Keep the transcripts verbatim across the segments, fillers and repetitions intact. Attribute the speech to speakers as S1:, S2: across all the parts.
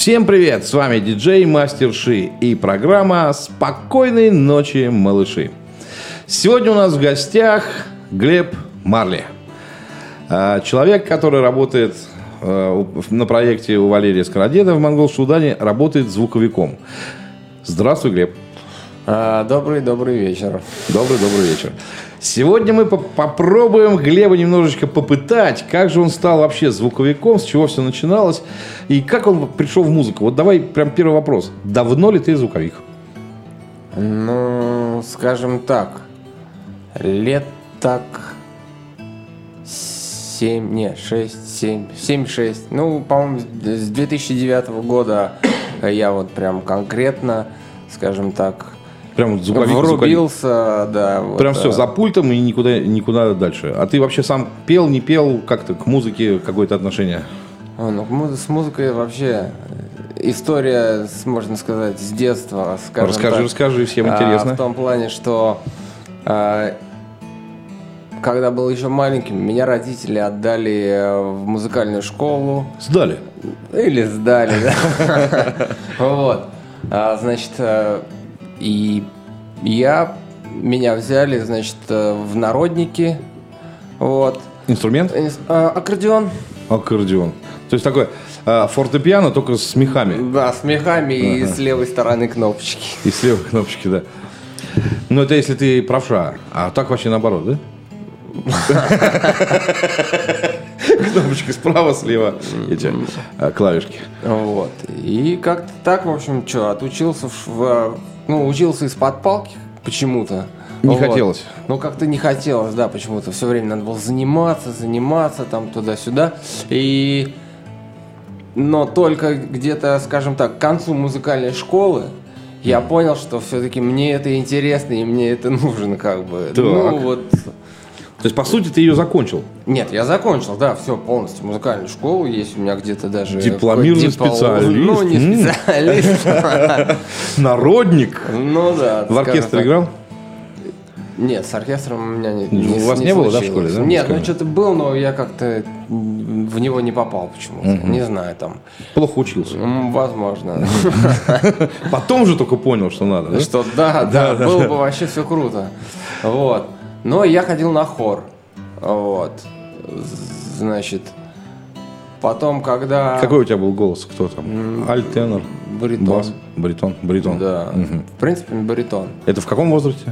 S1: Всем привет! С вами диджей Мастер Ши и программа «Спокойной ночи, малыши». Сегодня у нас в гостях Глеб Марли. Человек, который работает на проекте у Валерия Скородеда в Монгол-Шудане, работает звуковиком. Здравствуй, Глеб.
S2: Добрый-добрый вечер.
S1: Добрый-добрый вечер. Сегодня мы по- попробуем Глеба немножечко попытать, как же он стал вообще звуковиком, с чего все начиналось и как он пришел в музыку. Вот давай прям первый вопрос. Давно ли ты звуковик?
S2: Ну, скажем так, лет так семь, не, шесть, семь, семь-шесть. Ну, по-моему, с две тысячи девятого года я вот прям конкретно, скажем так,
S1: Прям вот звуковик,
S2: врубился,
S1: звуковик.
S2: да. Вот,
S1: прям все,
S2: а...
S1: за пультом и никуда, никуда дальше. А ты вообще сам пел, не пел, как-то к музыке какое-то отношение?
S2: О, ну, с музыкой вообще история, можно сказать, с детства.
S1: Расскажи,
S2: так,
S1: расскажи, всем интересно.
S2: А, в том плане, что а, когда был еще маленьким, меня родители отдали в музыкальную школу.
S1: Сдали?
S2: Или сдали, да. Вот. Значит, и я, меня взяли, значит, в народники. Вот.
S1: Инструмент?
S2: Аккордеон.
S1: Аккордеон. То есть такое а, фортепиано, только с мехами.
S2: Да, с мехами ага. И с левой стороны кнопочки.
S1: И с левой кнопочки, да. Ну, это если ты правша. А так вообще наоборот, да? Кнопочки справа, слева. Эти клавишки.
S2: Вот. И как-то так, в общем, что, отучился в... Ну, учился из-под палки почему-то.
S1: Не
S2: вот.
S1: хотелось.
S2: Ну, как-то не хотелось, да, почему-то. Все время надо было заниматься, заниматься, там, туда-сюда. И... Но только где-то, скажем так, к концу музыкальной школы я понял, что все-таки мне это интересно, и мне это нужно, как бы.
S1: Так.
S2: Ну, вот...
S1: То есть, по сути, ты ее закончил?
S2: Нет, я закончил, да, все, полностью музыкальную школу. Есть у меня где-то даже...
S1: Дипломированный специалист.
S2: Ну, не специалист.
S1: Народник?
S2: Ну, да.
S1: В оркестре играл?
S2: Нет, с оркестром у меня не
S1: У вас не было, да, в школе?
S2: Нет, ну что-то был, но я как-то в него не попал почему-то. Не знаю, там...
S1: Плохо учился?
S2: Возможно.
S1: Потом же только понял, что надо, да?
S2: Что да, да, было бы вообще все круто. Вот. Но я ходил на хор, вот, значит, потом, когда...
S1: Какой у тебя был голос? Кто там? Альт, тенор?
S2: Баритон.
S1: Бас? Баритон? Баритон.
S2: Да, угу. В принципе, баритон.
S1: Это в каком возрасте?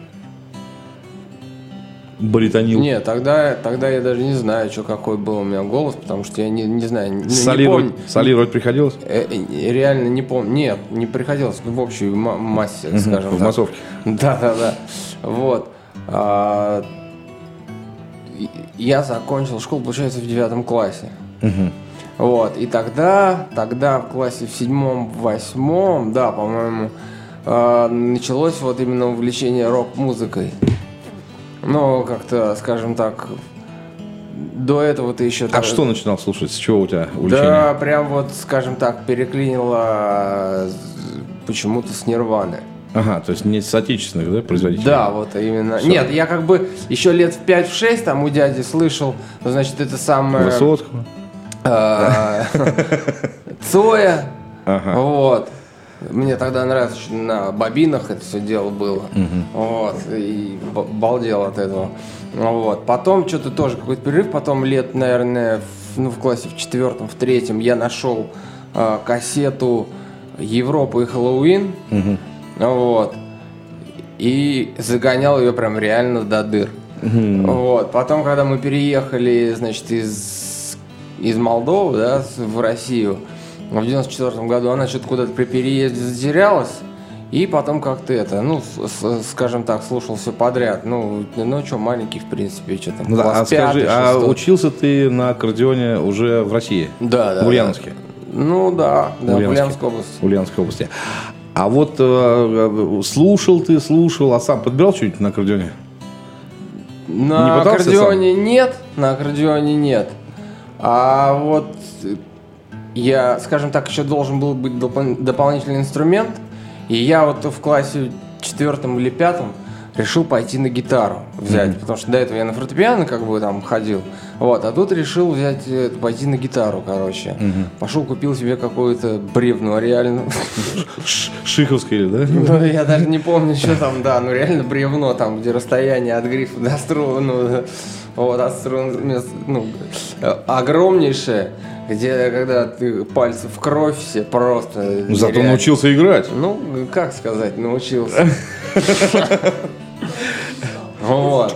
S1: Баритонил?
S2: Нет, тогда, тогда я даже не знаю, что какой был у меня голос, потому что я не, не знаю, не,
S1: солировать,
S2: не помню.
S1: Солировать приходилось?
S2: Э, реально не помню. Нет, не приходилось, в общей массе,
S1: угу,
S2: скажем
S1: в
S2: так.
S1: массовке?
S2: Да, да, да. Вот. А, я закончил школу, получается, в девятом классе.
S1: Угу.
S2: Вот. И тогда, тогда в классе в седьмом, восьмом, да, по-моему, а, началось вот именно увлечение рок-музыкой. Ну, как-то, скажем так, до этого ты еще...
S1: А
S2: так...
S1: что начинал слушать? С чего у тебя увлечение?
S2: Да, прям вот, скажем так, переклинило почему-то с Нирваны.
S1: Ага, то есть не с отечественных, да, производителей?
S2: Да, вот именно.
S1: Все.
S2: Нет, я как бы еще лет в пять-шесть там у дяди слышал, ну, значит, это самое...
S1: Высоцкого?
S2: Цоя.
S1: Ага.
S2: Вот. Мне тогда нравилось, что на бобинах это все дело было. Вот. И балдел от этого. Вот. Потом что-то тоже какой-то перерыв. Потом лет, наверное, в, ну, в классе в четвертом, в третьем я нашел э, кассету «Европа и Хэллоуин».
S1: Угу.
S2: Вот. И загонял ее прям реально до дыр. Mm. Вот. Потом, когда мы переехали, значит, из, из Молдовы, да, в Россию, в девяносто четвёртом году она что-то куда-то при переезде затерялась. И потом как-то это, ну, с, с, скажем так, слушал все подряд. Ну, ну что, маленький, в принципе, что там,
S1: ну,
S2: класс
S1: да, а
S2: пятый,
S1: скажи, а
S2: шестой.
S1: учился ты на аккордеоне уже в России?
S2: Да, да.
S1: В Ульяновске?
S2: Да. Ну, да, да, в Ульяновской области.
S1: В Ульяновской области. А вот э, слушал ты, слушал, а сам подбирал что-нибудь на аккордеоне?
S2: На
S1: не
S2: аккордеоне сам? Нет, на аккордеоне нет. А вот я, скажем так, еще должен был быть доп- дополнительный инструмент. И я вот в классе четвертом или пятом решил пойти на гитару взять, mm-hmm. потому что до этого я на фортепиано как бы там ходил, Вот, а тут решил взять, пойти на гитару, короче. Угу. Пошел, купил себе какое-то бревно, реально.
S1: Шиховское, да?
S2: Ну, я даже не помню, что там, да, ну реально бревно, там, где расстояние от грифа до струн, ну, вот, от струн, ну, огромнейшее, где, когда ты пальцы в кровь все просто...
S1: Ну, зато научился играть.
S2: Ну, как сказать, научился. Вот.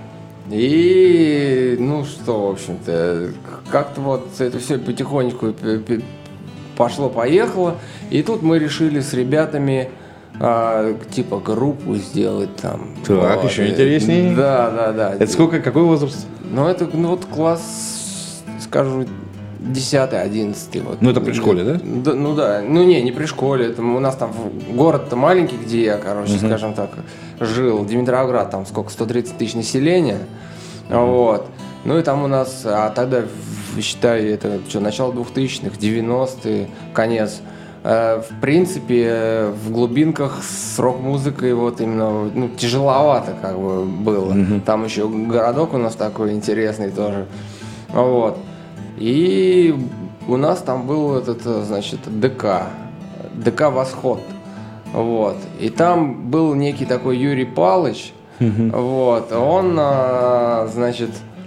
S2: И, ну что, в общем-то, как-то вот это все потихонечку пошло-поехало. И тут мы решили с ребятами а, типа группу сделать там.
S1: Так, вот. Еще интереснее.
S2: Да, да, да.
S1: Это сколько, какой возраст?
S2: Ну, это ну, вот класс, скажу, десятый, одиннадцатый. Вот.
S1: Ну, это при школе, да?
S2: Да? Ну да, ну не, не при школе. Это у нас там город-то маленький, где я, короче, uh-huh. скажем так, жил. Димитровград, там сколько, сто тридцать тысяч населения. Uh-huh. Вот. Ну и там у нас, а тогда, считай, это что, начало двухтысячных, девяностые, конец. В принципе, в глубинках с рок-музыкой вот именно ну, тяжеловато как бы было. Uh-huh. Там еще городок у нас такой интересный тоже. Вот. И у нас там был этот, значит, ДК, ДК «Восход». Вот. И там был некий такой Юрий Палыч. Uh-huh. Вот. Он, значит,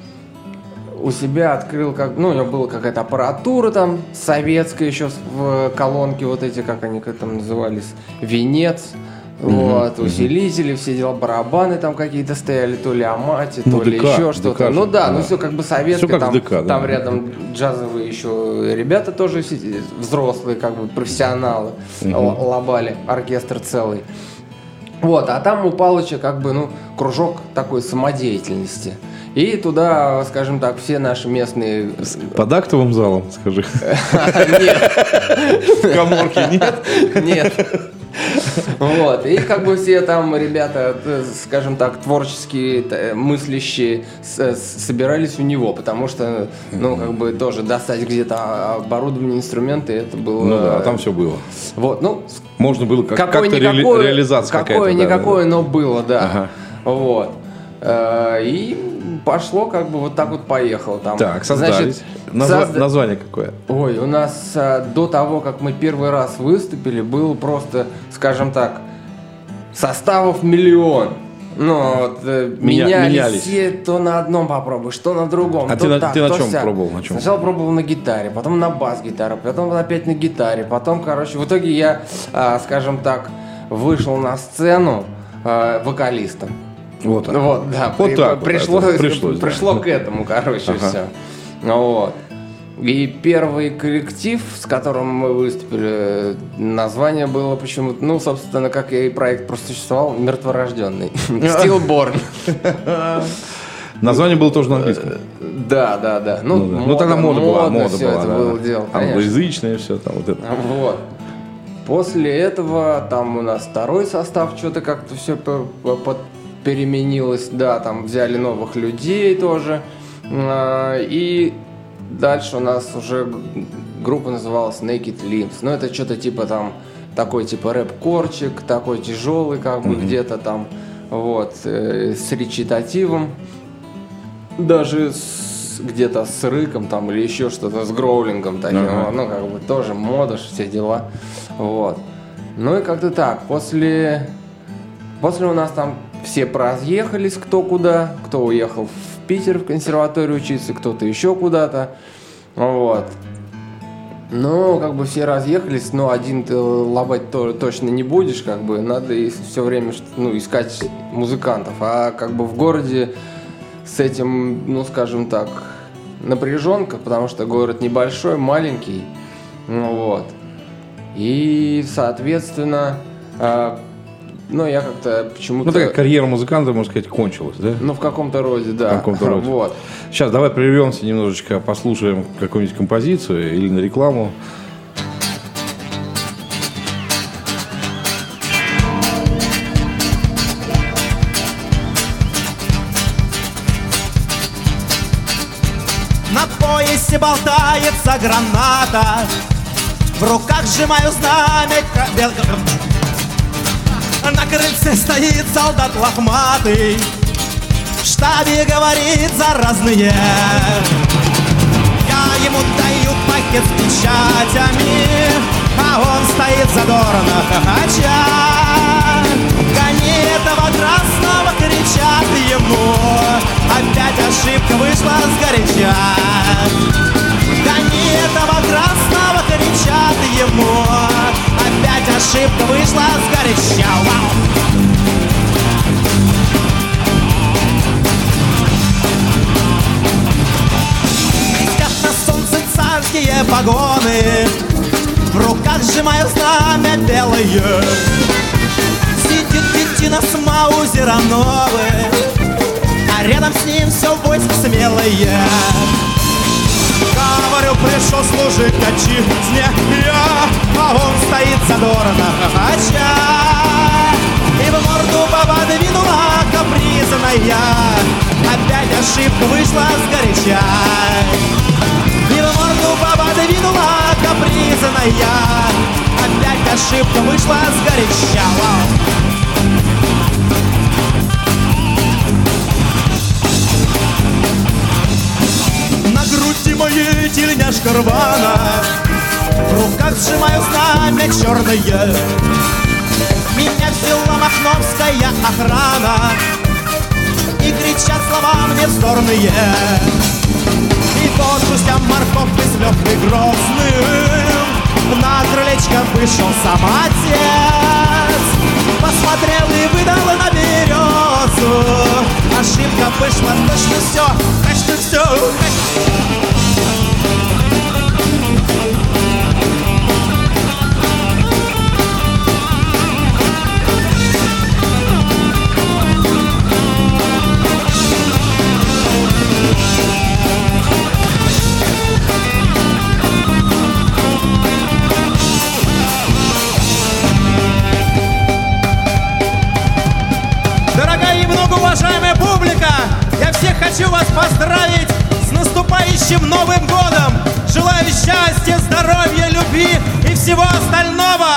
S2: у себя открыл, как, ну, у него была какая-то аппаратура там советская еще в колонке, вот эти, как они как там назывались, венец. Вот, mm-hmm. усилители, все дела, барабаны там какие-то стояли, то ли Амати,
S1: ну,
S2: то ли
S1: ДК,
S2: еще что-то.
S1: ДК,
S2: ну да,
S1: да,
S2: ну все как бы советское,
S1: как
S2: там,
S1: ДК, да.
S2: там рядом джазовые еще ребята тоже взрослые, как бы профессионалы, mm-hmm. лобали, оркестр целый. Вот, а там у Палыча как бы, ну, кружок такой самодеятельности. И туда, скажем так, все наши местные...
S1: Под актовым залом, скажи.
S2: Нет.
S1: В каморке нет?
S2: Нет. Вот, и как бы все там ребята, скажем так, творческие, мыслящие, собирались у него, потому что, ну, как бы тоже достать где-то оборудование, инструменты, это было...
S1: Ну да, там все было.
S2: Вот, ну...
S1: Можно было как- как-то ре- реализация какая-то.
S2: Какое-никакое,
S1: да, да.
S2: но было, да.
S1: Ага.
S2: Вот. И пошло, как бы вот так вот поехало там.
S1: Так, создались.
S2: Значит,
S1: Назва-
S2: созда...
S1: Название какое?
S2: Ой, у нас а, до того, как мы первый раз выступили, был просто, скажем так, составов миллион. Ну, вот, э,
S1: Меня,
S2: менялись,
S1: менялись.
S2: все, то на одном попробуешь, то на другом.
S1: А
S2: то
S1: ты, на,
S2: так,
S1: ты на
S2: то
S1: чем
S2: сяк.
S1: пробовал? На чем?
S2: Сначала пробовал на гитаре, потом на бас-гитаре, потом опять на гитаре, потом, короче, в итоге я, а, скажем так, вышел на сцену а, вокалистом.
S1: Вот,
S2: вот, да,
S1: вот
S2: при,
S1: так
S2: пришло,
S1: вот, пришлось,
S2: пришло
S1: да.
S2: к этому, короче,
S1: ага.
S2: все. Вот. И первый коллектив, с которым мы выступили, название было почему-то, ну, собственно, как и проект просто существовал, «Мертворожденный». Stillborn.
S1: Название было тоже на английском.
S2: Да, да, да. Ну,
S1: ну, да.
S2: мода,
S1: ну тогда мода, мода была. Мода
S2: все
S1: была,
S2: это
S1: да,
S2: было
S1: да.
S2: дело, конечно.
S1: Англоязычное все там вот это.
S2: Вот. После этого там у нас второй состав, что-то как-то все переменилось. Да, там взяли новых людей тоже. И дальше у нас уже группа называлась Naked Limbs. Ну, это что-то типа там, такой типа рэп-корчик, такой тяжелый, как бы mm-hmm. где-то там, вот, э, с речитативом. Даже с, где-то с рыком там или еще что-то, с гроулингом таким. Uh-huh. Ну, как бы тоже мода, все дела. Вот. Ну и как-то так. После, после у нас там все поразъехались, кто куда, кто уехал в Питер в консерваторию учиться, кто-то еще куда-то. Вот. Ну, как бы все разъехались, но один ты лобать то, точно не будешь, как бы надо все время ну, искать музыкантов. А как бы в городе с этим, ну, скажем так, напряженка, потому что город небольшой, маленький. Ну, вот. И, соответственно, э, ну, я как-то почему-то...
S1: Ну, такая карьера музыканта, можно сказать, кончилась, да?
S2: Ну, в каком-то роде, да.
S1: В каком-то роде.
S2: Вот.
S1: Сейчас давай прервемся немножечко, послушаем какую-нибудь композицию или на рекламу.
S3: На поясе болтается граната, в руках сжимаю знамя. На крыльце стоит солдат лохматый, в штабе, говорит, заразные. Я ему даю пакет с печатями, а он стоит задорно хохоча. Гони этого красного, кричат ему, опять ошибка вышла сгоряча. Гони этого красного, кричат ему, опять ошибка вышла сгоряча. Вау! Царские погоны, в руках сжимаю знамя белое. Сидит детина с маузером новый, а рядом с ним все войско смелое. Говорю, пришел служить отчизне я, а он стоит задорно хохоча. И в морду баба двинула капризная, опять ошибка вышла сгоряча. И в морду баба двинула капризная, опять ошибка вышла сгоряча. На груди моей тельняшка рвана, в руках сжимаю знамя черное. Меня взяла махновская охрана, и кричат слова мне вздорные. И вот спустя морковкой с легкой грозным на крылечко вышел сам отец. Посмотрел и выдал на березу, ошибка вышла, точно все, точно все. Уважаемая публика, я всех хочу вас поздравить с наступающим Новым годом! Желаю счастья, здоровья, любви и всего остального!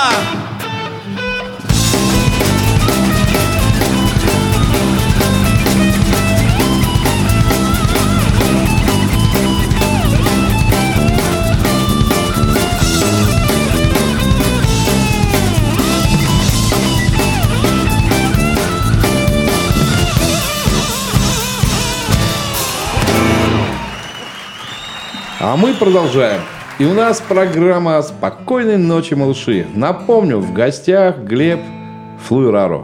S1: А мы продолжаем. И у нас программа «Спокойной ночи, малыши». Напомню, в гостях Глеб Флуираро.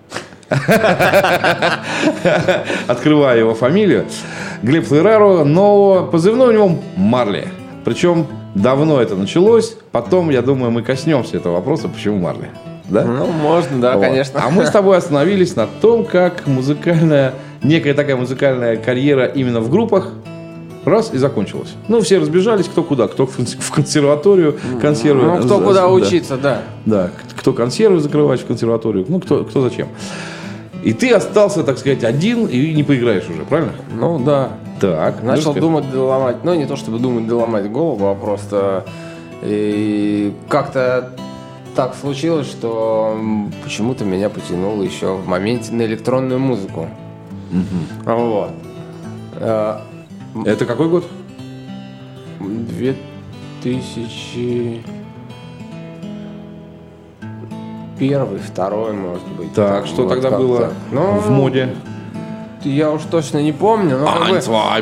S1: Открываю его фамилию. Глеб Флуираро, но позывной у него Марли. Причем давно это началось. Потом, я думаю, мы коснемся этого вопроса, почему Марли. Да?
S2: Ну, можно, да, вот. Конечно.
S1: А мы с тобой остановились на том, как музыкальная, некая такая музыкальная карьера именно в группах раз и закончилась. Ну, все разбежались, кто куда. Кто в консерваторию, консервы.
S2: Ну, кто куда да. учиться, да.
S1: Да, кто консервы закрывать в консерваторию, ну, кто, кто зачем. И ты остался, так сказать, один и не поиграешь уже, правильно?
S2: Ну, да.
S1: Так.
S2: Начал думать, доломать. Ну, не то чтобы думать, доломать голову, а просто и как-то так случилось, что почему-то меня потянуло еще в моменте на электронную музыку. Угу. Вот.
S1: Это какой год?
S2: Две тысячи первый, второй, может быть.
S1: Так, что вот тогда как-то было ну, в моде?
S2: Я уж точно не помню. Но как бы...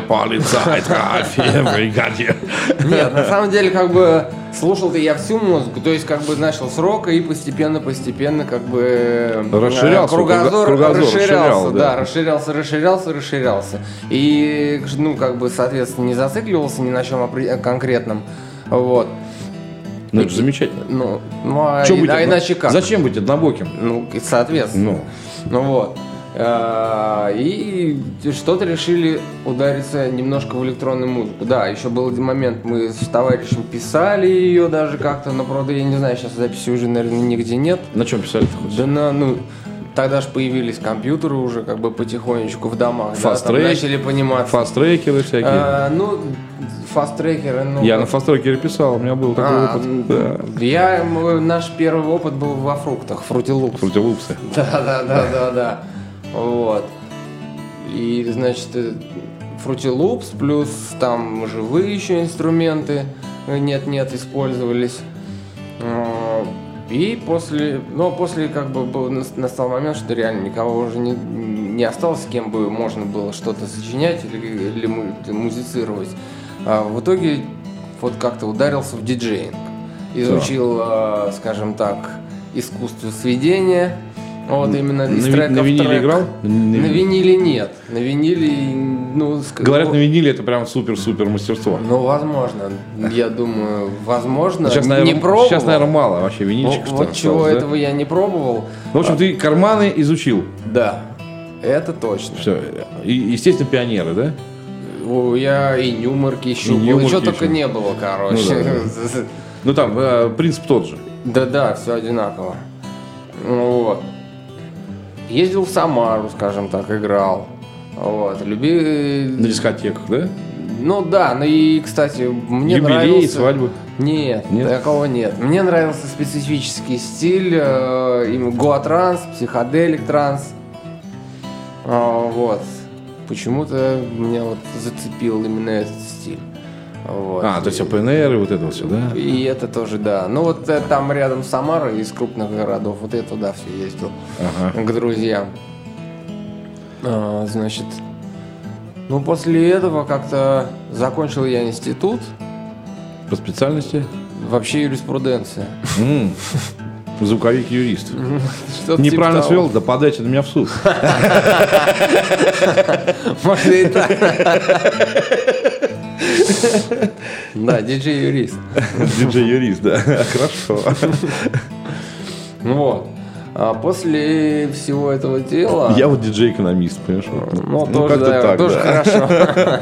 S2: Нет, на самом деле, как бы слушал-то я всю музыку, то есть как бы начал с рока и постепенно-постепенно как бы
S1: расширялся,
S2: кругозор,
S1: кругозор
S2: расширялся,
S1: расширял,
S2: да,
S1: да,
S2: расширялся, расширялся, расширялся. И, ну, как бы, соответственно, не зацикливался ни на чем конкретном, вот.
S1: Ну, это же замечательно.
S2: Ну, ну а,
S1: и,
S2: быть, а иначе как?
S1: Зачем быть однобоким?
S2: Ну, соответственно.
S1: Ну,
S2: ну вот. И что-то решили удариться немножко в электронную музыку. Да, еще был один момент, мы с товарищем писали ее даже как-то, но, правда, я не знаю, сейчас записи уже, наверное, нигде нет.
S1: На чем писали-то хоть?
S2: Да на, ну, тогда же появились компьютеры уже как бы потихонечку в домах.
S1: Фаст-трек,
S2: да, начали пониматься.
S1: Фаст-трекеры всякие.
S2: А, ну, фаст-трекеры, ну...
S1: Я на фаст-трекере писал, у меня был такой а, опыт. Да.
S2: Я, наш первый опыт был во фруктах, фрутилупс.
S1: Фрутилупсы.
S2: Да, да, да, да, да. Вот. И, значит, Fruity Loops, плюс там живые еще инструменты нет-нет использовались. И после, ну, после как бы был, настал момент, что реально никого уже не, не осталось, с кем бы можно было что-то сочинять или, или музицировать. А в итоге вот как-то ударился в диджеинг. Изучил, а, скажем так, искусство сведения. Вот именно из
S1: на,
S2: трека
S1: на
S2: в
S1: виниле
S2: трек.
S1: играл?
S2: На, на виниле нет. На виниле, ну...
S1: Говорят,
S2: ну,
S1: на виниле это прям супер-супер мастерство.
S2: Ну, возможно. Я думаю, возможно.
S1: Сейчас,
S2: не
S1: наверное,
S2: пробовал.
S1: Сейчас, наверное, мало вообще винильчиков.
S2: Вот, вот чего
S1: осталось,
S2: этого
S1: да?
S2: я не пробовал.
S1: В общем, ты карманы изучил.
S2: Да, это точно.
S1: Все. И, естественно, пионеры, да?
S2: О, я и нюморки щупал,
S1: И нюморки
S2: что только
S1: еще.
S2: не было, короче.
S1: Ну, да, Ну, там э, принцип тот же.
S2: Да-да, все одинаково. Ну, вот. Ездил в Самару, скажем так, играл. Вот. Люби...
S1: На дискотеках, да?
S2: Ну да, ну и, кстати, мне
S1: Юбилей,
S2: нравился...
S1: свадьбы.
S2: Нет,
S1: Нет?
S2: такого нет. Мне нравился специфический стиль, э, им гоа-транс, психоделик транс. А, вот. Почему-то меня вот зацепил именно этот стиль. Вот.
S1: А, то есть ОПНР и вот это вот все, да?
S2: И это тоже, да. Ну вот э, там рядом Самара из крупных городов, вот я туда все ездил
S1: Ага.
S2: к друзьям. А, значит, ну после этого как-то закончил я институт,
S1: По специальности?
S2: вообще юриспруденция.
S1: М, Звуковик-юрист.
S2: Что-то
S1: Неправильно
S2: типа того.
S1: свел, да подайте на меня в суд.
S2: Можно и так. Да, диджей-юрист.
S1: Диджей-юрист, да. Хорошо.
S2: Ну вот. А после всего этого дела...
S1: Я вот диджей-экономист, понимаешь? вот.
S2: Ну, тоже,
S1: как-то
S2: да,
S1: так,
S2: тоже
S1: да.
S2: хорошо.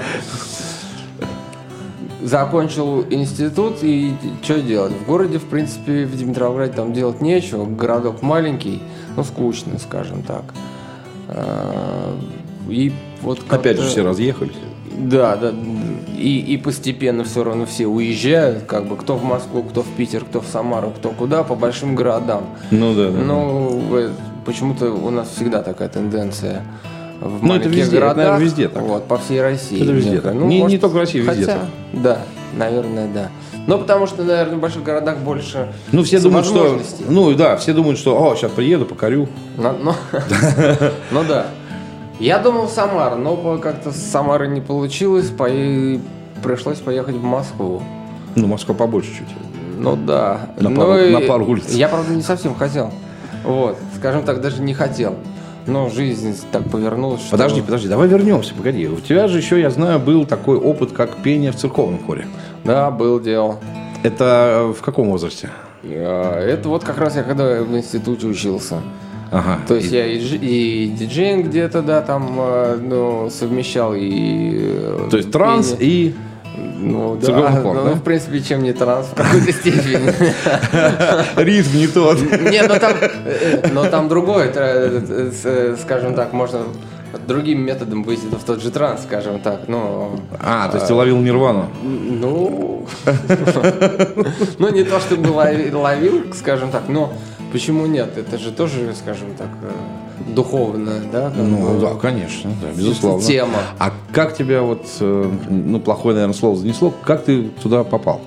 S2: Закончил институт, и что делать? В городе, в принципе, в Димитровграде там делать нечего. Городок маленький, ну, скучно, скажем так. А, И вот
S1: Опять же
S2: как-то-
S1: все разъехались.
S2: Да, да. И, и постепенно все равно все уезжают, как бы кто в Москву, кто в Питер, кто в Самару, кто куда, по большим городам.
S1: Ну да, да.
S2: Ну, э, почему-то у нас всегда такая тенденция в
S1: Ну, это
S2: маленьких
S1: везде, это,
S2: городах,
S1: наверное, везде так.
S2: вот, по всей России.
S1: Это везде
S2: некая.
S1: так. Не- не только в России, везде
S2: хотя,
S1: так.
S2: Да, наверное, да. Но потому что, наверное, в больших городах больше
S1: Ну, все думают, что...
S2: возможностей.
S1: Ну, да, все думают, что, о, сейчас приеду, покорю.
S2: Но- но- Ну да. Я думал в Самару, но по- как-то с Самары не получилось, по- пришлось поехать в Москву.
S1: Ну, Москва побольше чуть.
S2: Ну да.
S1: На
S2: Ну
S1: пару-
S2: и
S1: на пару улиц.
S2: Я, правда, не совсем хотел. Вот, скажем так, даже не хотел. Но жизнь так повернулась, что...
S1: Подожди, подожди, давай вернемся, погоди. У тебя же еще, я знаю, был такой опыт, как пение в церковном хоре.
S2: Да, был дело.
S1: Это в каком возрасте?
S2: А, Это вот как раз я когда в институте учился.
S1: Ага.
S2: То есть я и, дж- и диджеинг где-то, да, там, э, ну, совмещал, и... э,
S1: То есть транс
S2: пение.
S1: и...
S2: Ну, да,
S1: церковный хор,
S2: ну,
S1: да?
S2: в принципе, чем не транс в какой-то степени.
S1: Ритм не тот.
S2: Нет, но там, э, но там другое, это, э, э, скажем так, можно другим методом выйти в тот же транс, скажем так. Ну,
S1: А, то есть ты ловил нирвану.
S2: ну, ну не то чтобы лови- ловил, скажем так, но почему нет? Это же тоже, скажем так, э, духовная, да? как
S1: Ну,
S2: бы,
S1: да, конечно, да, безусловно.
S2: Тема.
S1: А как тебя вот, э, ну, плохое, наверное, слово занесло, как ты туда попал?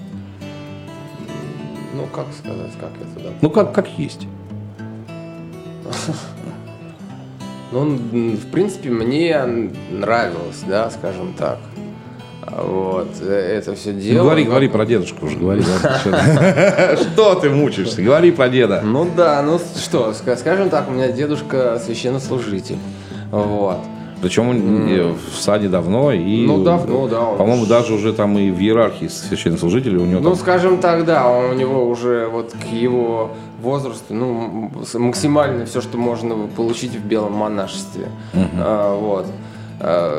S2: Ну, как сказать, как я туда?
S1: Ну, как, как есть.
S2: Ну, м, в принципе, мне нравилось, да, скажем так. А Вот, э, это все
S1: Ну,
S2: дело.
S1: говори,
S2: но-
S1: говори про дедушку уже, говори. ладно, что ты мучаешься? Говори про деда.
S2: Ну да, ну что, ска- скажем так, у меня дедушка священнослужитель. Вот.
S1: Причем он э, в саде давно и,
S2: Ну, давно, да, он
S1: по-моему,
S2: ж-
S1: даже уже там и в иерархии священнослужителей у него
S2: Ну,
S1: там...
S2: скажем так, да, у него уже вот к его возрасту, ну, м- с- максимально все, что можно получить в белом монашестве. А, вот. А,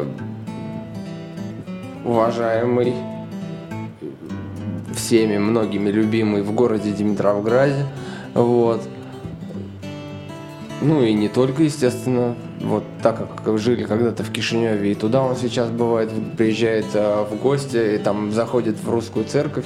S2: уважаемый, всеми, многими любимый в городе Димитровграде. Вот. Ну и не только, естественно, вот так как жили когда-то в Кишиневе, и туда он сейчас бывает, приезжает а, в гости, и там заходит в русскую церковь,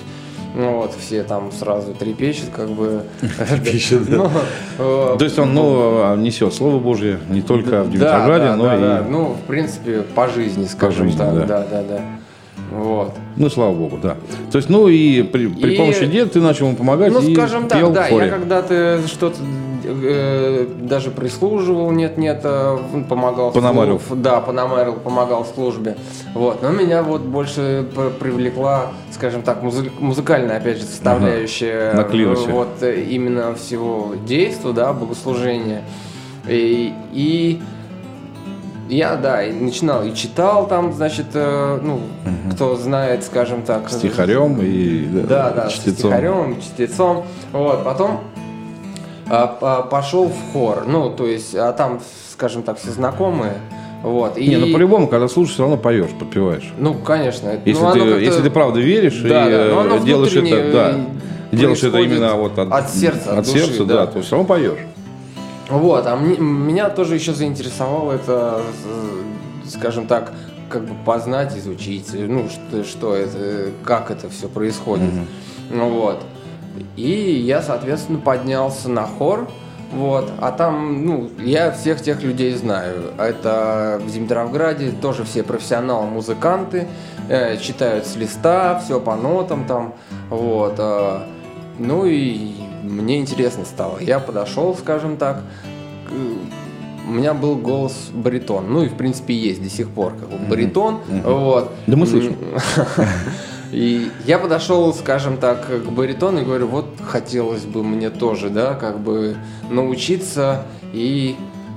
S2: Вот, все там сразу трепещут, как бы.
S1: Трепещут, да. То есть он, ну, несет Слово Божье не только в Димитрограде, но и...
S2: Ну, в принципе, по жизни, скажем так. Да, да, да. Вот.
S1: Ну, слава богу, да. То есть, ну, и при, при и... помощи деда ты начал ему помогать,
S2: ну,
S1: и
S2: скажем так,
S1: пел
S2: да,
S1: в хоре.
S2: я когда-то что-то э, даже прислуживал, нет-нет, э, помогал.
S1: Пономарил.
S2: В, да, пономарил, помогал в службе. Вот. Но меня вот больше привлекла, скажем так, музы- музыкальная, опять же, составляющая.
S1: Ага.
S2: Вот именно всего действия, да, богослужения. И... и я, да, и начинал и читал там, значит, э, ну, угу. кто знает, скажем так.
S1: Стихарем и
S2: да, да, чтецом. Стихарем, чтецом. Вот, потом а, пошел в хор, ну, то есть, а там, скажем так, все знакомые. Вот,
S1: и... Не, ну по-любому, когда слушаешь, все равно поешь, подпеваешь.
S2: Ну, конечно.
S1: Если,
S2: ну,
S1: ты, если ты правда веришь
S2: да,
S1: и
S2: да, но
S1: делаешь это, да, делаешь это именно вот от,
S2: от сердца,
S1: от, от
S2: души,
S1: сердца,
S2: да.
S1: да, то все равно поешь.
S2: Вот, а мне, меня тоже еще заинтересовало это, скажем так, как бы познать, изучить, ну, что, что это, как это все происходит. Mm-hmm. Ну, вот. И я, соответственно, поднялся на хор, вот, а там, ну, я всех тех людей знаю. Это в Димитровграде тоже все профессионалы-музыканты, э, читают с листа, все по нотам там, вот. Э, ну и мне интересно стало. Я подошел, скажем так, у меня был голос баритон, ну и в принципе есть до сих пор как бы баритон, mm-hmm. вот.
S1: Да мы слышим.
S2: И я подошел, скажем так, к баритону и говорю, вот хотелось бы мне тоже, да, как бы научиться и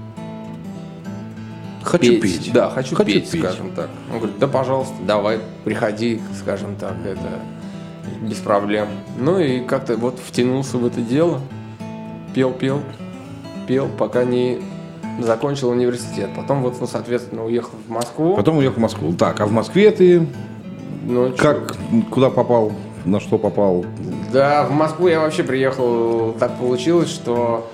S1: хочу
S2: петь.
S1: петь.
S2: Да, хочу,
S1: хочу
S2: петь,
S1: петь,
S2: скажем так. Он говорит, да, пожалуйста, давай, приходи, скажем так, это без проблем. Ну и как-то вот втянулся в это дело, пел, пел, пел, пока не закончил университет. Потом вот, ну, соответственно, уехал в Москву.
S1: Потом уехал в Москву. Так, а в Москве ты
S2: ну,
S1: как, куда попал, на что попал?
S2: Да, в Москву я вообще приехал, так получилось, что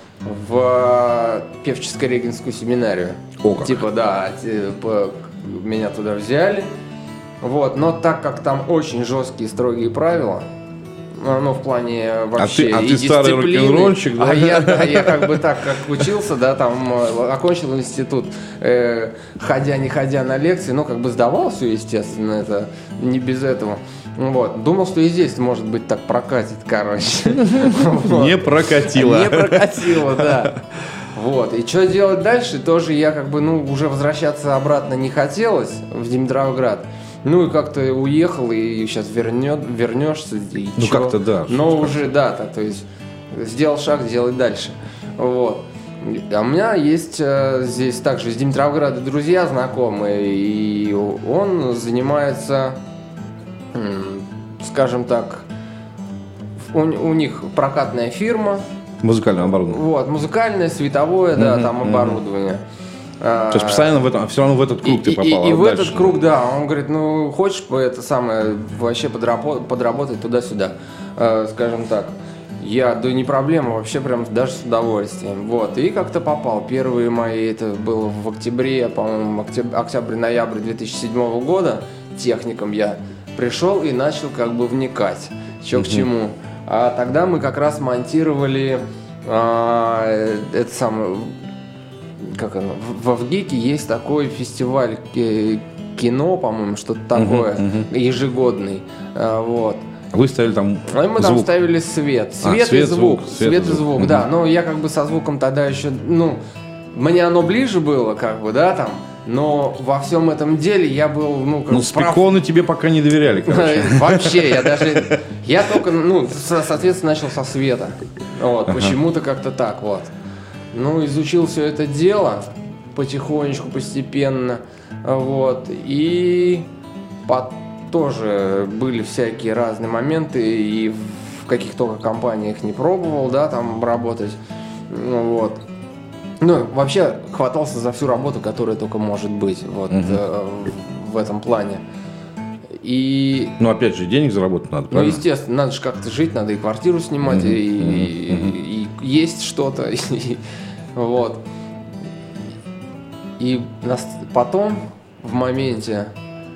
S2: в Певческо-Регенскую семинарию.
S1: О, как.
S2: Типа, да, типа, меня туда взяли. Вот, но так как там очень жесткие, строгие правила, ну, в плане вообще
S1: а ты, а
S2: и
S1: ты старый рок-н-ролльщик, да?
S2: А я, да, я как бы так, как учился, да, там, окончил институт, э, ходя, не ходя на лекции, ну, как бы сдавал все, естественно, это не без этого. Вот, думал, что и здесь, может быть, так прокатит, короче.
S1: Не прокатило.
S2: Не прокатило, да. Вот, и что делать дальше, тоже я как бы, ну, уже возвращаться обратно не хотелось в Димитровград. Ну и как-то уехал, и сейчас вернет, вернешься, и
S1: ну
S2: чё?
S1: как-то да.
S2: Но уже, да, так, то есть сделал шаг, делай дальше. Вот. А у меня есть э, здесь также из Димитровграда друзья знакомые, и он занимается, м, скажем так, у, у них прокатная фирма.
S1: Музыкальное оборудование.
S2: Вот, музыкальное, световое, да, mm-hmm, там оборудование.
S1: То есть постоянно в этом, все равно в этот круг
S2: и,
S1: ты попал.
S2: И, и
S1: а
S2: в
S1: дальше...
S2: этот круг, да. Он говорит, ну хочешь это самое вообще подработать, подработать туда-сюда, э, скажем так. Я, да не проблема, вообще прям даже с удовольствием. Вот, и как-то попал. Первые мои, это было в октябре, по-моему, октябрь-ноябрь две тысячи седьмого года, техником я пришел и начал как бы вникать, что к чему. А тогда мы как раз монтировали э, это самое... Как оно? В Авгике есть такой фестиваль кино, по-моему, что-то такое, uh-huh, uh-huh. ежегодный. Вот.
S1: Вы ставили там
S2: а мы
S1: звук?
S2: там ставили свет. Свет, а, свет и звук. звук. Свет, свет и звук, звук uh-huh. да. Но я как бы со звуком тогда еще, ну, мне оно ближе было, как бы, да, там. Но во всем этом деле я был, ну, как
S1: ну, спеконы тебе пока не доверяли, короче.
S2: Вообще, я даже, я только, ну, соответственно, начал со света. Вот, почему-то как-то так, вот. Ну, изучил все это дело потихонечку, постепенно, вот, и под, тоже были всякие разные моменты, и в каких только компаниях не пробовал, да, там работать, вот. Ну, вообще хватался за всю работу, которая только может быть, вот, угу. э, в этом плане. И...
S1: Ну, опять же, денег заработать надо, правильно?
S2: Ну, естественно, надо же как-то жить, надо и квартиру снимать, mm-hmm. и, mm-hmm. и, и есть что-то, и, вот. И потом, в моменте,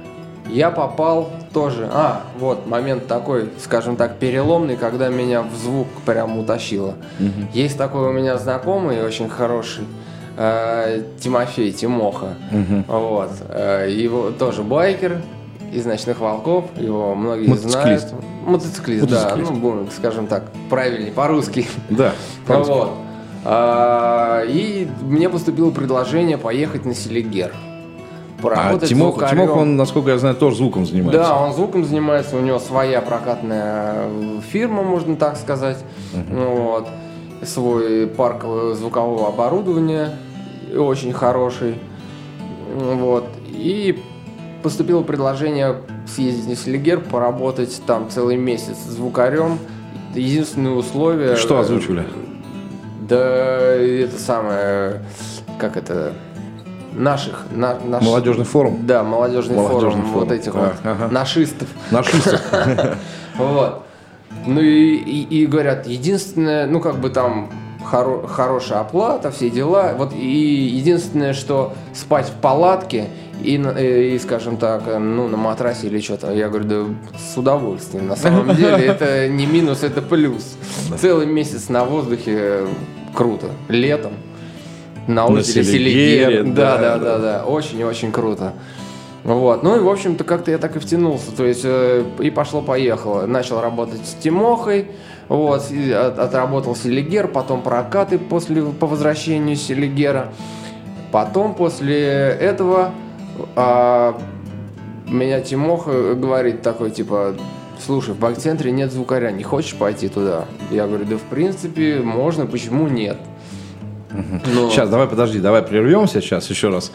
S2: я попал тоже... А, вот, момент такой, скажем так, переломный, когда меня в звук прям утащило. Угу. Есть такой у меня знакомый, очень хороший, э, Тимофей, Тимоха. Угу. Вот. Э, его тоже байкер из «Ночных волков», его многие
S1: Мотоциклист.
S2: знают. Мотоциклист, да, ну, будем, скажем так, правильнее, по-русски.
S1: Да, по-русски.
S2: Вот. А, и мне поступило предложение поехать на Селигер.
S1: А Тимох, Тимох, он, насколько я знаю, тоже звуком занимается.
S2: Да, он звуком занимается, у него своя прокатная фирма, можно так сказать. Uh-huh. Вот. Свой парк звукового оборудования очень хороший. Вот. И поступило предложение съездить на Селигер, поработать там целый месяц звукарем. Единственное условие...
S1: Что озвучивали?
S2: Да, это самое... Как это... Наших, на, наш...
S1: Молодежный форум?
S2: Да, молодежный, молодежный форум, форум, вот этих а, вот
S1: ага.
S2: нашистов.
S1: Нашистов.
S2: Вот. Ну и, и, и говорят, единственное, ну как бы там хоро, хорошая оплата, все дела. Вот и единственное, что спать в палатке и, и, скажем так, ну на матрасе или что-то. Я говорю, да с удовольствием. На самом деле это не минус, это плюс. Целый месяц на воздухе круто. Летом. На озере Селигер. Да, да, да, да. Очень-очень круто. Вот. Ну и, в общем-то, как-то я так и втянулся. То есть, э, и пошло-поехало. Начал работать с Тимохой. Вот. От, отработал Селигер, потом прокаты после, по возвращению Селигера. Потом, после этого, э, меня Тимоха говорит такой, типа, слушай, в байк-центре нет звукаря, не хочешь пойти туда? Я говорю, да, в принципе, можно, почему нет? Но...
S1: Сейчас, давай, подожди, давай прервемся сейчас еще раз.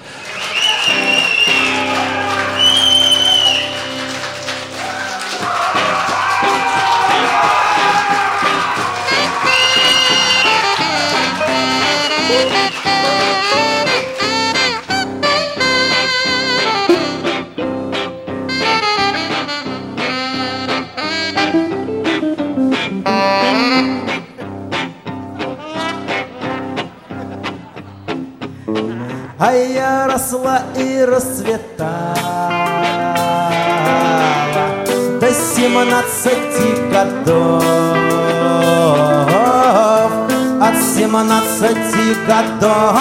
S3: А я росла и расцветала до семнадцати годов. От семнадцати годов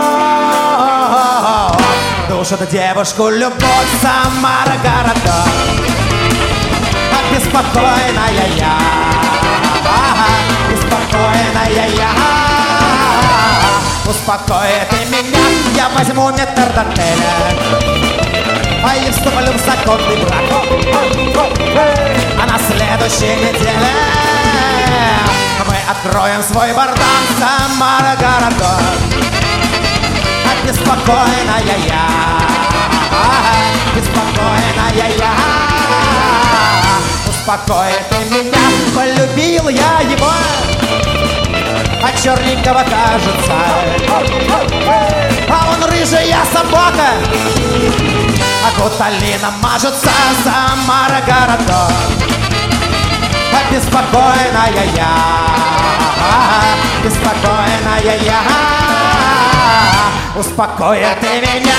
S3: душит девушку любовь, Самара городок. А беспокойная я, беспокойная я, успокоит и меня, я возьму метрдотеля, а и вступлю в законный брак. А на следующей неделе мы откроем свой бардак, Самара городок. А беспокойная я, беспокойная я, успокоит и меня, полюбил я его. А черненького кажется, а он рыжая собака, а гуталина мажется, Самара городок. А беспокойная я, беспокойная я, успокоит и меня.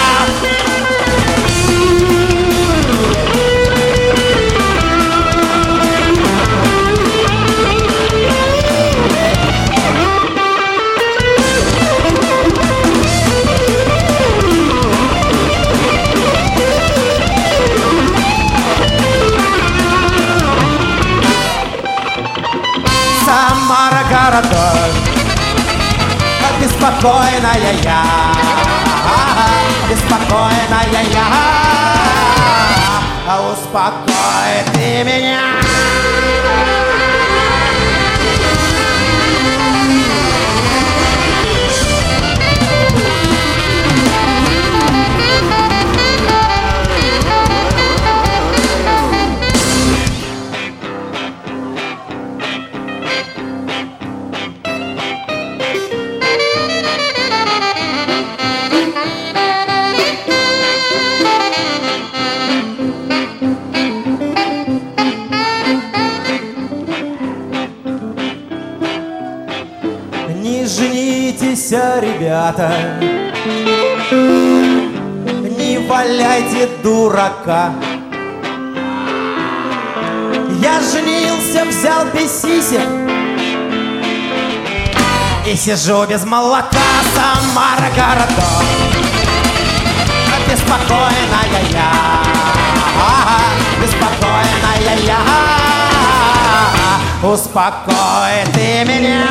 S3: Самара городок, а беспокойная я, беспокойная я, а успокоит и меня. Ребята, не валяйте дурака, Я женился, взял писисик и сижу без молока, Самара городок. Беспокойная я, беспокойная я, успокой ты меня.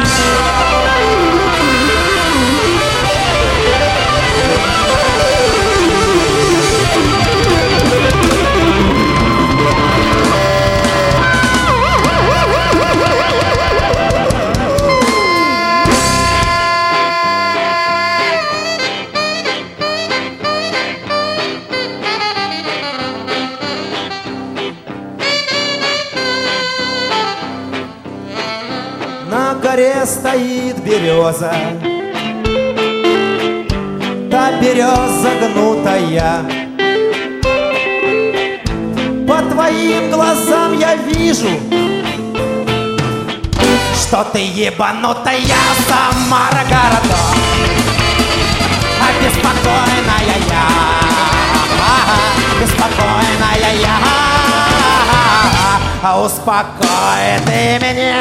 S3: На горе стоит береза, та береза гнутая. По твоим глазам я вижу, что ты ебанутая, Самара городок. А беспокойная я, беспокойная я, а успокой ты меня.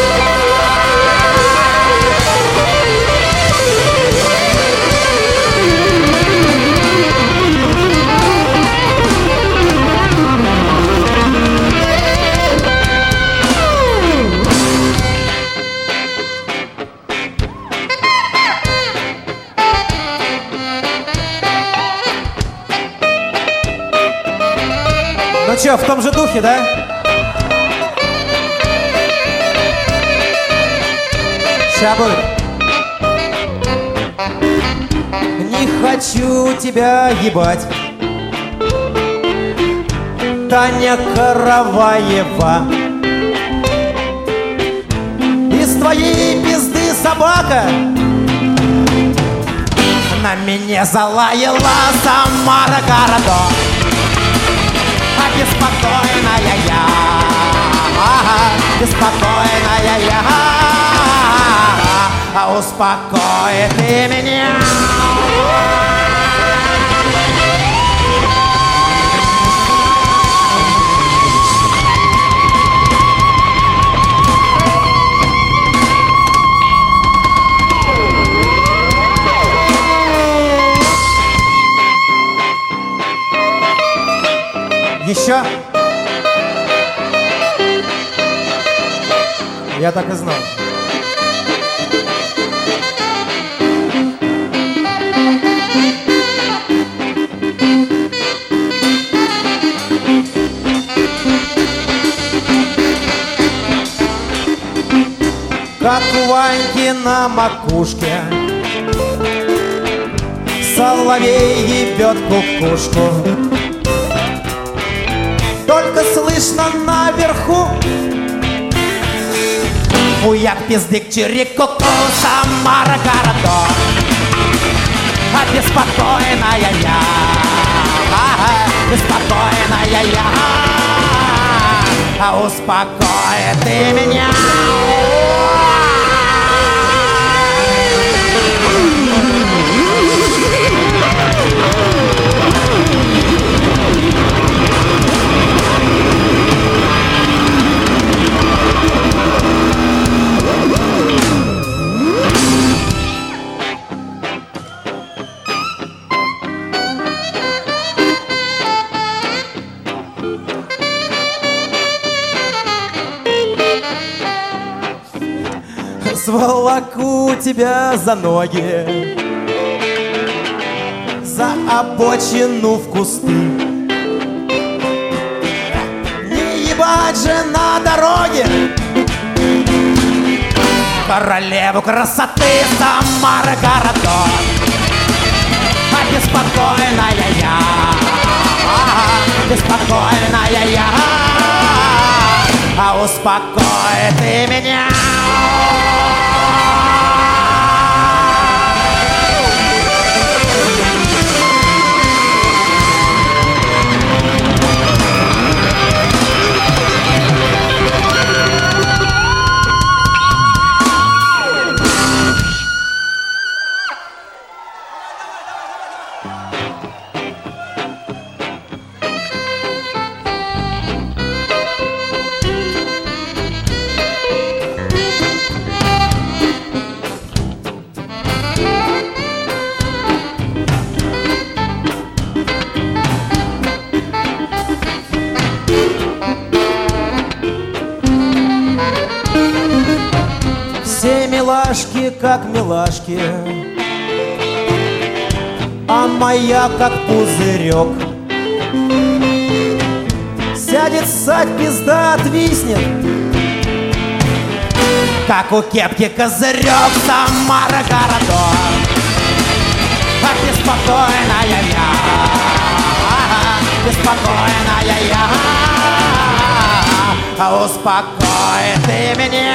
S3: Ну чё, в том же духе, да? Ща будет. Не хочу тебя ебать, Таня Караваева. Из твоей пизды собака на меня залаяла, Самара городок. А беспокойная я, беспокойная я, а успокой ты меня. Еще? Я так и знал. Как у Ваньки на макушке соловей ебет кукушку. Только слышно наверху хуяк, пиздык, чирик-ку-ку, Самара городок. А беспокойная я, беспокойная я, а успокой ты меня. Сволоку тебя за ноги, за обочину в кусты. Не ебать же на дороге королеву красоты, Самара городок. А беспокойная я, беспокойная я, а успокой ты меня. Твои как милашки, а моя как пузырек. Сядет ссать, пизда отвиснет, как у кепки козырек. Самара городок, как беспокойная я, беспокойная я, а успокой ты меня.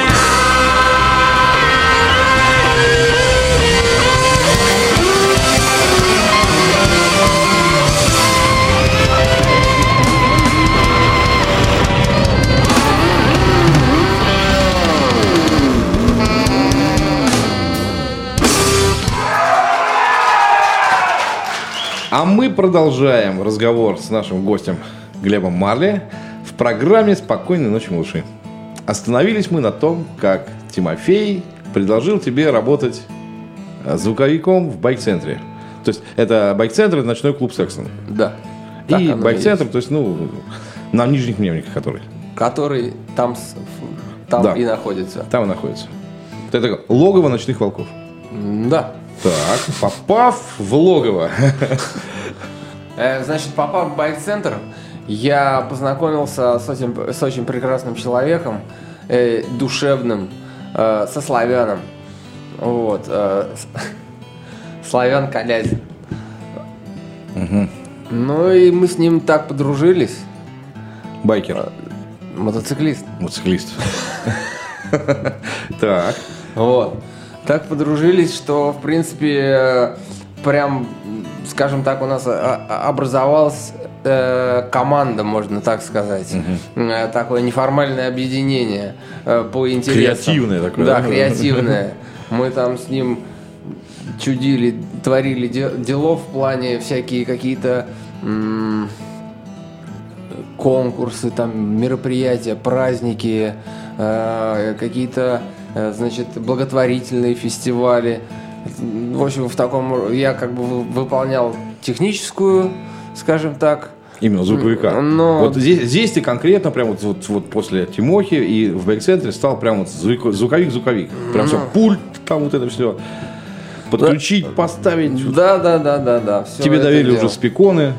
S1: А мы продолжаем разговор с нашим гостем Глебом Марли в программе «Спокойной ночи, малыши». Остановились мы на том, как Тимофей предложил тебе работать звуковиком в байк-центре. То есть это байк-центр, это ночной клуб «Сексон».
S2: Да.
S1: И байк-центр, то есть, ну, на Нижних Мневниках, который.
S2: Который там, там да. и находится.
S1: Там и находится. Это логово ночных волков.
S2: Да.
S1: Так, попав в логово.
S2: Значит, попав в байк-центр, я познакомился с этим, с очень прекрасным человеком, э, душевным, э, со славяном. Вот. Э, Славян Колязин.
S1: Угу.
S2: Ну и мы с ним так подружились.
S1: Байкер.
S2: Мотоциклист.
S1: Мотоциклист. Так.
S2: Вот. Так подружились, что, в принципе, прям, скажем так, у нас образовалась э, команда, можно так сказать. Угу. Э, такое неформальное объединение э, по интересам.
S1: Креативное такое.
S2: Да, да? Креативное. Мы там с ним чудили, творили де- делов в плане всякие какие-то м- конкурсы, там, мероприятия, праздники, э, какие-то... значит, благотворительные фестивали. В общем, в таком я как бы выполнял техническую, скажем так.
S1: Именно звуковика.
S2: Но...
S1: Вот здесь, здесь ты конкретно прям вот, вот, вот после Тимохи и в байк-центре стал прям вот звуковик-звуковик. Прям Но... все, пульт, там вот это все. Подключить, да. поставить.
S2: Да, да, да, да, да.
S1: Тебе доверили уже спиконы.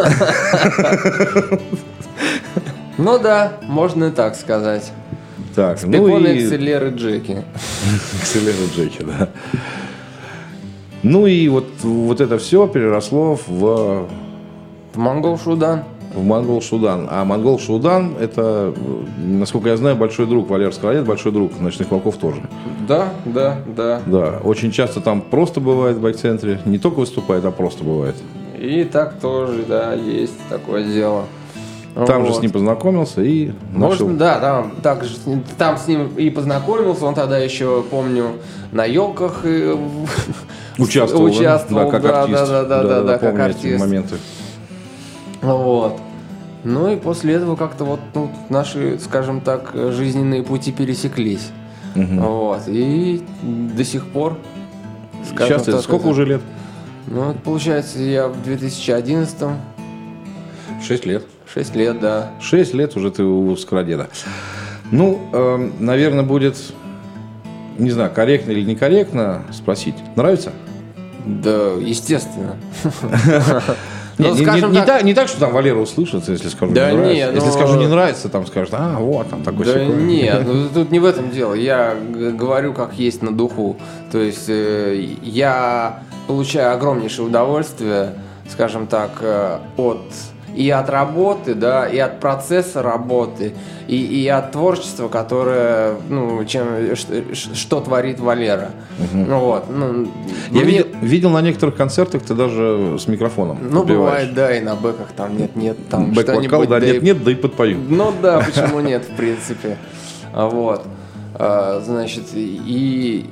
S2: Ну да, можно и так сказать.
S1: Так,
S2: Спиконы,
S1: ну и...
S2: экселеры, джеки.
S1: Экселеры, джеки, да. Ну и вот, вот это все переросло в...
S2: В Монгол Шудан.
S1: В Монгол Шудан. А Монгол Шудан – это, насколько я знаю, большой друг Валера Скородет, большой друг Ночных Волков тоже. Да,
S2: да, да.
S1: Да, очень часто там просто бывает в байк-центре. Не только выступает, а просто бывает.
S2: И так тоже, да, есть такое дело.
S1: Там
S2: вот.
S1: же с ним познакомился и
S2: Можно,
S1: нашел...
S2: да, там, так же, там с ним и познакомился. Он тогда еще, помню, на елках и...
S1: участвовал,
S2: участвовал,
S1: да, как
S2: да,
S1: артист.
S2: Да, да, да, да, да, как артист.
S1: Эти моменты.
S2: Вот. Ну и после этого как-то вот ну, наши, скажем так, жизненные пути пересеклись. Угу. Вот. И до сих пор...
S1: Сейчас это сколько это... уже лет?
S2: Ну, это получается, я в две тысячи одиннадцатом.
S1: Шесть лет.
S2: Шесть лет, да.
S1: Шесть лет уже ты у Скородеда. Ну, э, наверное, будет, не знаю, корректно или некорректно спросить. Нравится?
S2: Да, естественно.
S1: Не, не, не, не, так, не так, что там Валера услышится, если скажу
S2: да
S1: не нравится.
S2: Нет,
S1: если
S2: но...
S1: скажу не нравится, там скажет, а, вот, там такой
S2: да
S1: секой.
S2: Нет, ну, тут не в этом дело. Я говорю, как есть на духу. То есть э, я получаю огромнейшее удовольствие, скажем так, э, от... И от работы, да, и от процесса работы, и, и от творчества, которое, ну, чем, что, что творит Валера. Угу. Ну, вот, ну,
S1: Я
S2: мне...
S1: видел, видел на некоторых концертах, ты даже с микрофоном.
S2: Ну,
S1: подбиваешь.
S2: Бывает, да, и на бэках там нет-нет, там
S1: бэк-вокал, да, нет-нет, да и подпою.
S2: Ну, да, почему нет, в принципе. Вот. Значит, и...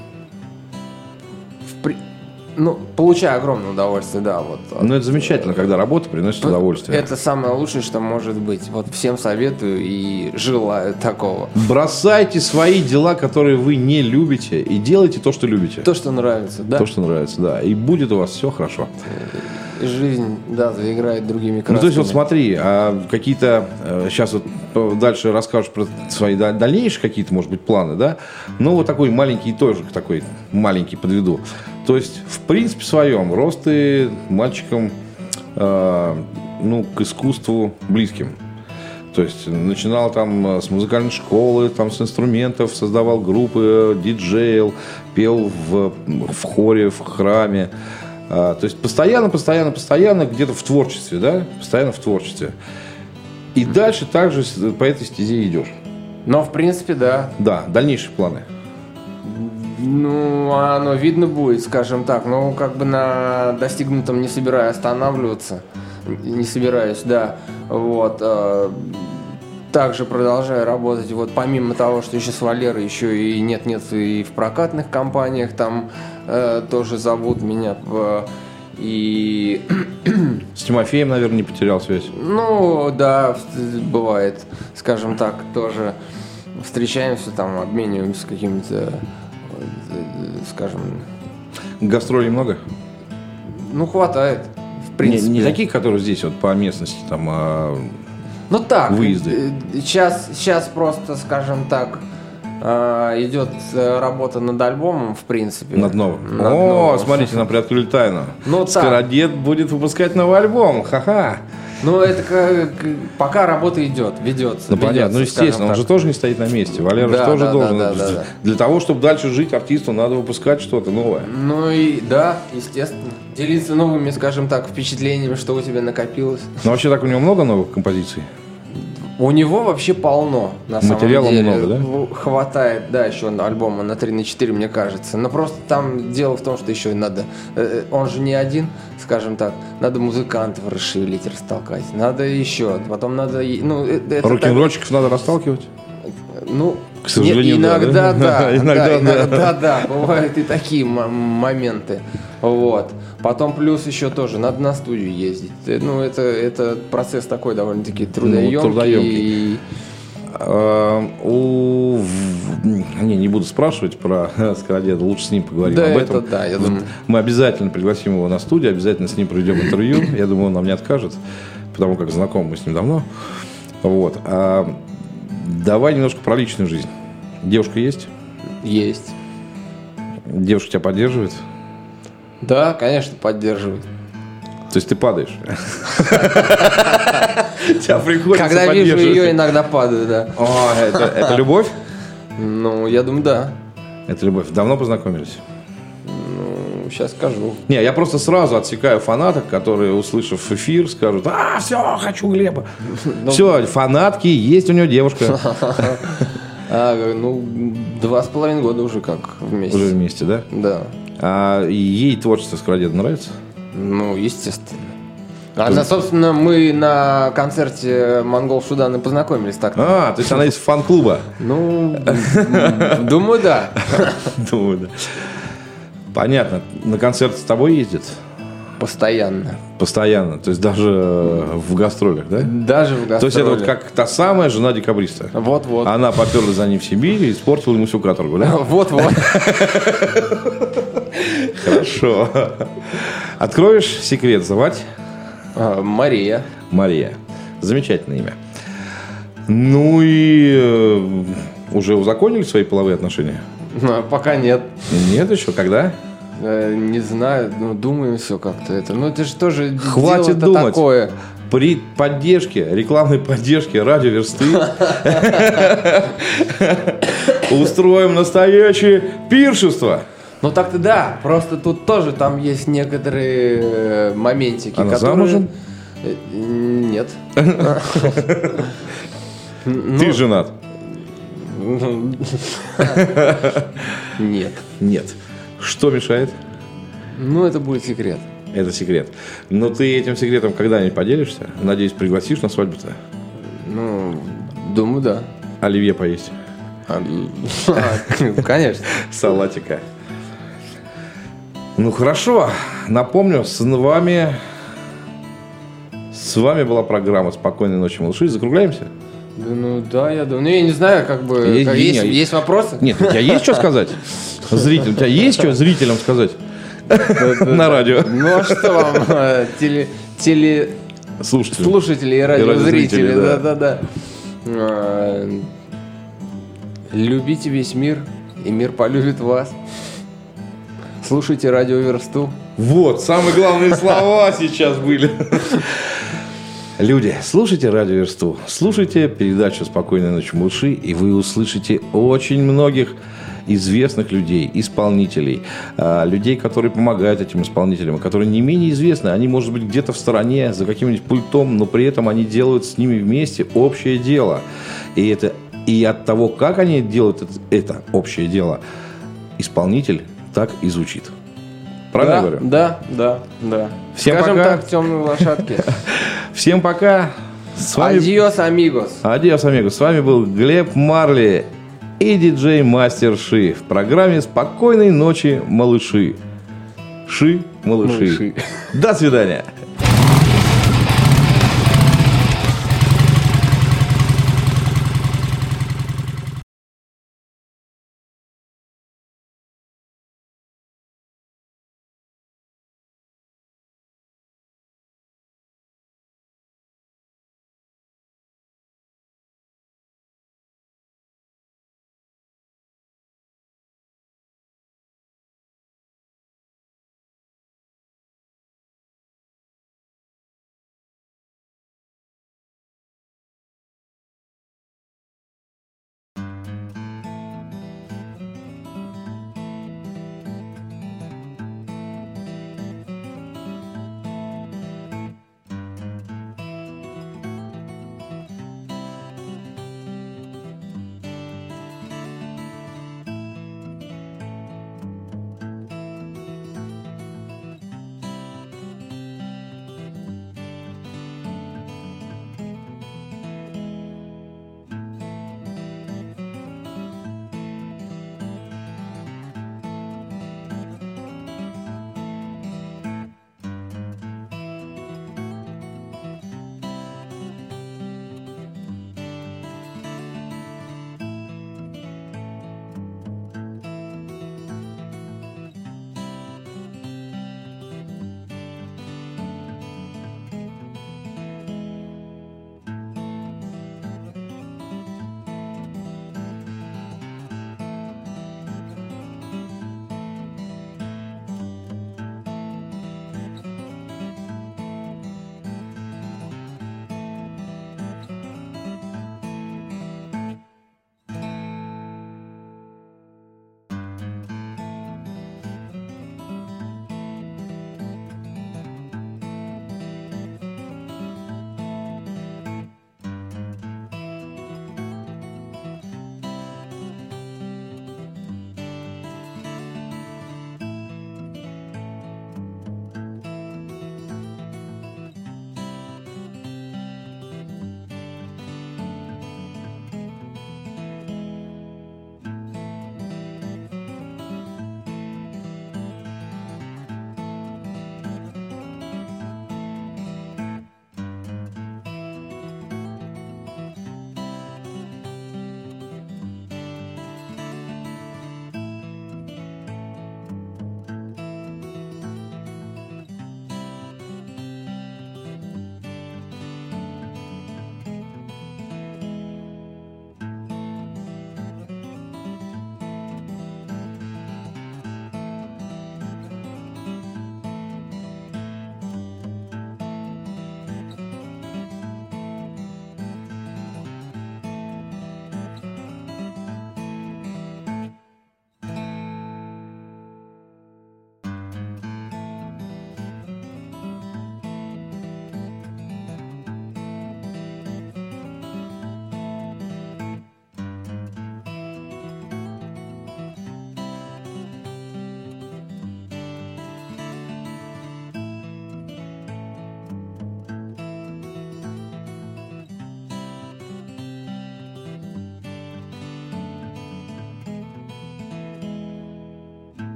S2: Ну, получаю огромное удовольствие, да. Вот,
S1: ну, это замечательно, когда работа приносит
S2: ну,
S1: удовольствие.
S2: Это самое лучшее, что может быть. Вот всем советую и желаю такого.
S1: Бросайте свои дела, которые вы не любите, и делайте то, что любите.
S2: То, что нравится, да.
S1: То, что нравится, да. И будет у вас все хорошо.
S2: И жизнь, да, заиграет другими красками.
S1: Ну, то есть, вот смотри, а какие-то... Сейчас вот дальше расскажешь про свои дальнейшие какие-то, может быть, планы, да? Ну, вот такой маленький итожик, такой маленький подведу. То есть, в принципе, своем рост ты мальчиком, э, ну, к искусству близким. То есть, начинал там с музыкальной школы, там с инструментов, создавал группы, диджейл, пел в, в хоре, в храме. А, то есть, постоянно, постоянно, постоянно где-то в творчестве, да? Постоянно в творчестве. И дальше также по этой стезе идешь.
S2: Но, в принципе, да.
S1: Да, дальнейшие планы.
S2: Ну, оно видно будет, скажем так. Ну, как бы на достигнутом не собираюсь останавливаться. Не собираюсь, да. Вот. Также продолжаю работать. Вот помимо того, что еще с Валерой, еще и нет-нет, и в прокатных компаниях там э, тоже зовут меня. И...
S1: С Тимофеем, наверное, не потерял связь.
S2: Ну, да, бывает, скажем так, тоже встречаемся, там, обмениваемся какими-то, скажем...
S1: Гастролей много?
S2: Ну, хватает, в принципе.
S1: Не, не такие, которые здесь, вот по местности, там, а...
S2: ну, так,
S1: выезды.
S2: Сейчас, сейчас просто, скажем так, идет работа над альбомом, в принципе.
S1: Над новым.
S2: Над
S1: О,
S2: новым.
S1: Смотрите, нам приоткрыли тайну.
S2: Ну,
S1: Скородед так. будет выпускать новый альбом. Ха-ха.
S2: Ну, это как, пока работа идет, ведется.
S1: Ну, понятно. Ну, естественно, он же тоже не стоит на месте. Валера
S2: да,
S1: же тоже
S2: да,
S1: должен.
S2: Да, да, да,
S1: Для
S2: да.
S1: того, чтобы дальше жить артисту, надо выпускать что-то новое.
S2: Ну и да, естественно. Делиться новыми, скажем так, впечатлениями, что у тебя накопилось.
S1: Ну, вообще так у него много новых композиций?
S2: У него вообще полно, на
S1: Материала
S2: самом деле.
S1: много, да?
S2: Хватает, да, еще альбома на три, на четыре, мне кажется. Но просто там дело в том, что еще надо... Он же не один, скажем так. Надо музыкантов расшевелить, растолкать. Надо еще. Потом надо... Ну, это
S1: рок-н-ролльщиков так... надо расталкивать?
S2: Ну,
S1: к сожалению,
S2: нет, иногда, да, да,
S1: да, иногда,
S2: да,
S1: да.
S2: иногда, да, бывают и такие м- моменты, вот. Потом плюс еще тоже надо на студию ездить. Ну, это, это процесс такой довольно-таки трудоемкий.
S1: Ну, трудоемкий.
S2: И...
S1: А, у... Не, не буду спрашивать про Скородеда, лучше с ним поговорим
S2: да,
S1: об этом.
S2: Это, да, я думаю.
S1: Мы обязательно пригласим его на студию, обязательно с ним проведем интервью. Я думаю, он нам не откажет, потому как знакомы мы с ним давно. Вот. А давай немножко про личную жизнь. Девушка есть?
S2: Есть.
S1: Девушка тебя поддерживает?
S2: Да, конечно, поддерживает.
S1: То есть ты падаешь? Тебя приходится
S2: Когда вижу ее, иногда падаю, да.
S1: О, это любовь?
S2: Ну, я думаю, да.
S1: Это любовь. Давно познакомились?
S2: Ну, сейчас скажу.
S1: Не, я просто сразу отсекаю фанаток, которые, услышав эфир, скажут: а, все, хочу Глеба. Все, фанатки, есть у него девушка.
S2: А, ну, два с половиной года уже как вместе.
S1: Уже вместе, да?
S2: Да.
S1: А ей творчество Скородеда нравится?
S2: Ну, естественно. Она, собственно, мы на концерте Монгол Шудан и познакомились так.
S1: А, то есть она из фан-клуба?
S2: Ну, думаю, да.
S1: Думаю, да. Понятно. На концерт с тобой ездит?
S2: Постоянно.
S1: Постоянно. То есть даже в гастролях, да?
S2: Даже в гастролях.
S1: То есть это вот как та самая жена декабриста.
S2: Вот-вот.
S1: Она поперлась за ним в Сибирь и испортила ему всю каторгу, да?
S2: Вот-вот.
S1: Хорошо. Откроешь секрет, звать?
S2: Мария.
S1: Мария. Замечательное имя. Ну и э, уже узаконили свои половые отношения?
S2: Ну, пока нет.
S1: Нет еще? Когда?
S2: Э, не знаю, ну, думаю, все как-то это. Ну, это же тоже
S1: хватит
S2: дело-то
S1: думать.
S2: Такое.
S1: При поддержке, рекламной поддержке радиоверсты устроим настоящее пиршество.
S2: Ну так-то да, просто тут тоже там есть некоторые моментики,
S1: Она
S2: которые...
S1: замужем?
S2: Нет.
S1: Ты женат?
S2: Нет.
S1: Нет. Что мешает?
S2: Ну, это будет секрет.
S1: Это секрет. Но ты этим секретом когда-нибудь поделишься? Надеюсь, пригласишь на свадьбу-то?
S2: Ну, думаю, да.
S1: Оливье поесть?
S2: Конечно.
S1: Салатика. Ну хорошо. Напомню, с вами С вами была программа «Спокойной ночи, малыши». Закругляемся?
S2: Да, ну да, я думаю. Ну, я не знаю, как бы.
S1: Есть,
S2: как, есть,
S1: не,
S2: есть вопросы?
S1: Нет, у тебя есть что сказать? Зрителям. У тебя есть что зрителям сказать? На радио.
S2: Ну а что вам, теле... теле...
S1: Слушатели.
S2: Слушатели и радиозрители, да-да-да. Любите весь мир, и мир полюбит вас. Слушайте радио Версту.
S1: Вот, самые главные слова сейчас были. Люди, слушайте радио Версту, слушайте передачу «Спокойной ночи, малыши», и вы услышите очень многих известных людей, исполнителей, людей, которые помогают этим исполнителям, которые не менее известны. Они, может быть, где-то в стороне, за каким-нибудь пультом, но при этом они делают с ними вместе общее дело. И, это, и от того, как они делают это, это общее дело, исполнитель так и звучит. Правильно
S2: да,
S1: я говорю?
S2: Да, да, да.
S1: Всем
S2: Скажем
S1: пока.
S2: так, темные лошадки.
S1: Всем пока. С вами...
S2: Адьос, амигос.
S1: Адьос, амигос. С вами был Глеб Марли и диджей Мастер Ши в программе «Спокойной ночи, малыши». Ши, малыши. малыши. До свидания.